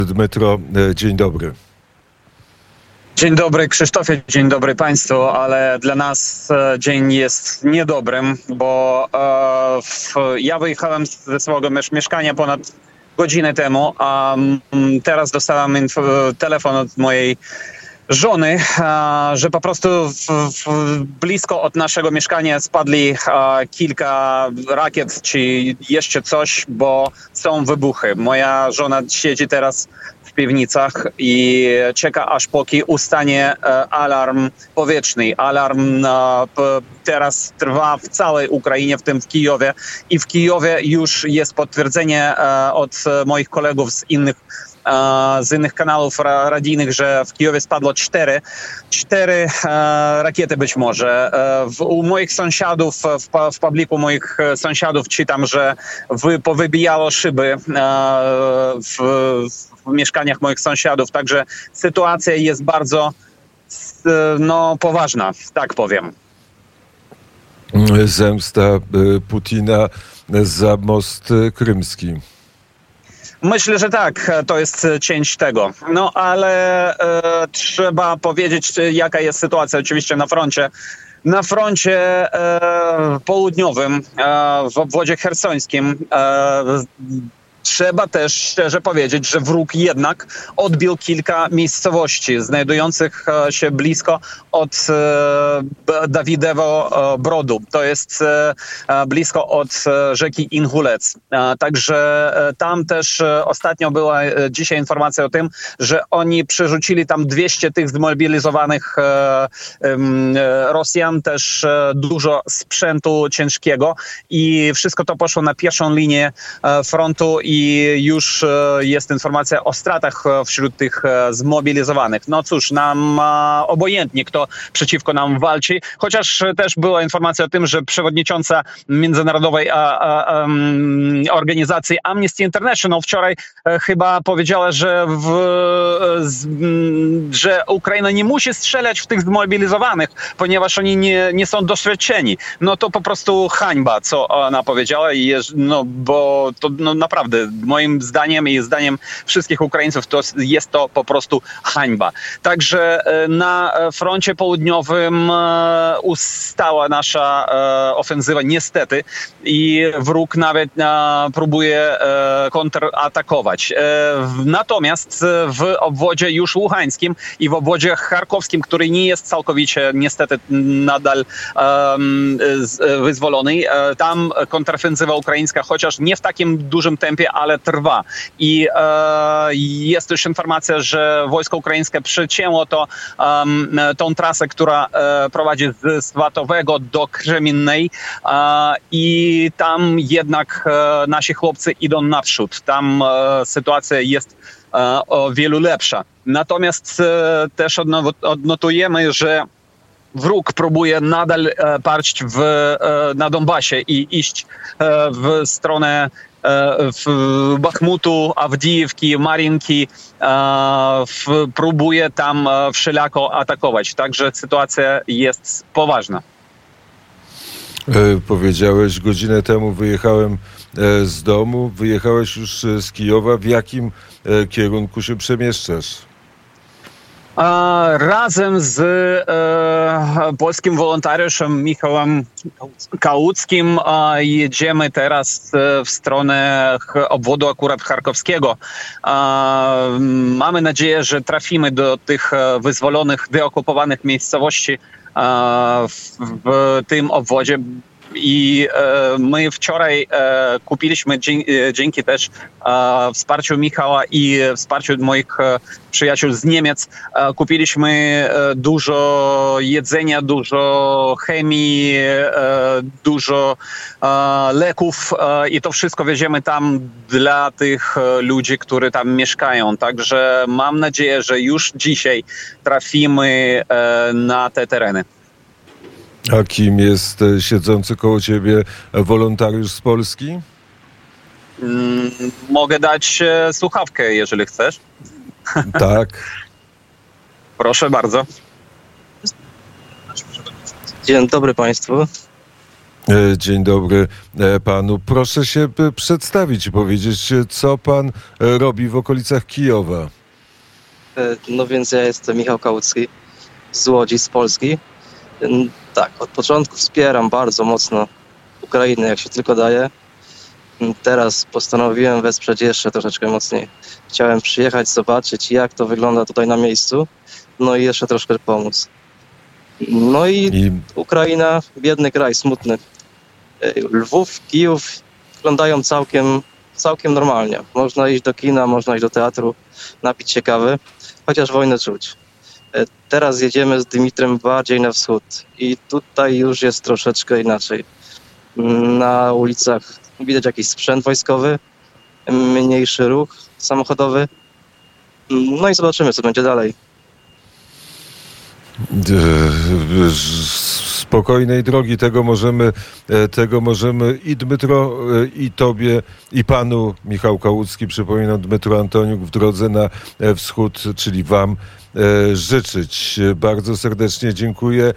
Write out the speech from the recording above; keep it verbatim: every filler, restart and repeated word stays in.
Dmytro, dzień dobry. Dzień dobry Krzysztofie, dzień dobry Państwu, ale dla nas dzień jest niedobrym, bo e, w, ja wyjechałem ze swojego mieszkania ponad godzinę temu, a m, teraz dostałem inf- telefon od mojej żony, a, że po prostu w, w, blisko od naszego mieszkania spadli a, kilka rakiet czy jeszcze coś, bo są wybuchy. Moja żona siedzi teraz w piwnicach i czeka, aż póki ustanie e, alarm powietrzny. Alarm e, p, teraz trwa w całej Ukrainie, w tym w Kijowie. I w Kijowie już jest potwierdzenie e, od moich kolegów z innych z innych kanałów radyjnych, że w Kijowie spadło cztery, cztery e, rakiety być może. E, w, u moich sąsiadów, w, w publiku moich sąsiadów czytam, że wy, powybijało szyby e, w, w mieszkaniach moich sąsiadów, także sytuacja jest bardzo no, poważna, tak powiem. Zemsta Putina za most krymski. Myślę, że tak, to jest część tego. No ale e, trzeba powiedzieć, jaka jest sytuacja oczywiście na froncie. Na froncie e, południowym, e, w obwodzie chersońskim, e, trzeba też szczerze powiedzieć, że wróg jednak odbił kilka miejscowości znajdujących się blisko od e, Dawidewo Brodu. To jest e, blisko od rzeki Inhulec. E, także e, tam też e, ostatnio była e, dzisiaj informacja o tym, że oni przerzucili tam dwieście tych zmobilizowanych e, e, Rosjan, też e, dużo sprzętu ciężkiego i wszystko to poszło na pierwszą linię e, frontu i już jest informacja o stratach wśród tych zmobilizowanych. No cóż, nam obojętnie, kto przeciwko nam walczy, chociaż też była informacja o tym, że przewodnicząca międzynarodowej a, a, um, organizacji Amnesty International wczoraj chyba powiedziała, że, w, z, że Ukraina nie musi strzelać w tych zmobilizowanych, ponieważ oni nie, nie są doświadczeni. No to po prostu hańba, co ona powiedziała, i jest, no bo to no, naprawdę moim zdaniem i zdaniem wszystkich Ukraińców to jest to po prostu hańba. Także na froncie południowym ustała nasza ofensywa niestety i wróg nawet próbuje kontratakować. Natomiast w obwodzie już łuhańskim i w obwodzie charkowskim, który nie jest całkowicie niestety nadal wyzwolony, tam kontrofensywa ukraińska, chociaż nie w takim dużym tempie, ale trwa. I e, jest też informacja, że wojsko ukraińskie przycięło to, um, tą trasę, która e, prowadzi z Swatowego do Krzemiennej e, i tam jednak e, nasi chłopcy idą naprzód. Tam e, sytuacja jest e, o wielu lepsza. Natomiast e, też odnotujemy, że wróg próbuje nadal e, parć w, e, na Donbasie i iść e, w stronę w Bachmutu, Awdijewki, Marinki, w, próbuje tam wszelako atakować. Także sytuacja jest poważna. Powiedziałeś, godzinę temu wyjechałem z domu, wyjechałeś już z Kijowa. W jakim kierunku się przemieszczasz? Razem z e, polskim wolontariuszem Michałem Kałuckim e, jedziemy teraz e, w stronę obwodu akurat charkowskiego. E, mamy nadzieję, że trafimy do tych wyzwolonych, deokupowanych miejscowości e, w, w tym obwodzie. I e, my wczoraj e, kupiliśmy dzie- dzięki też e, wsparciu Michała i wsparciu moich e, przyjaciół z Niemiec, e, kupiliśmy e, dużo jedzenia, dużo chemii, e, dużo e, leków e, i to wszystko wieziemy tam dla tych e, ludzi, którzy tam mieszkają. Także mam nadzieję, że już dzisiaj trafimy e, na te tereny. A kim jest siedzący koło ciebie wolontariusz z Polski? Mm, mogę dać e, słuchawkę, jeżeli chcesz. Tak. Proszę bardzo. Dzień dobry Państwu. E, Dzień dobry e, panu. Proszę się e, przedstawić i powiedzieć, e, co pan e, robi w okolicach Kijowa. E, No więc ja jestem Michał Kałucki z Łodzi, z Polski. Ym, Tak, od początku wspieram bardzo mocno Ukrainę, jak się tylko daje. Ym, Teraz postanowiłem wesprzeć jeszcze troszeczkę mocniej. Chciałem przyjechać, zobaczyć, jak to wygląda tutaj na miejscu, no i jeszcze troszkę pomóc. No i I Ukraina, biedny kraj, smutny. E, Lwów, Kijów wyglądają całkiem, całkiem normalnie. Można iść do kina, można iść do teatru, napić się kawy, chociaż wojnę czuć. E, Teraz jedziemy z Dymitrem bardziej na wschód i tutaj już jest troszeczkę inaczej. Na ulicach widać jakiś sprzęt wojskowy, mniejszy ruch samochodowy. No i zobaczymy, co będzie dalej. e, spokojnej drogi, tego możemy, e, tego możemy i Dmytro, e, i tobie, i panu Michał Kałucki, przypominam, Dmytro Antoniuk w drodze na e, wschód, czyli wam e, życzyć. Bardzo serdecznie dziękuję.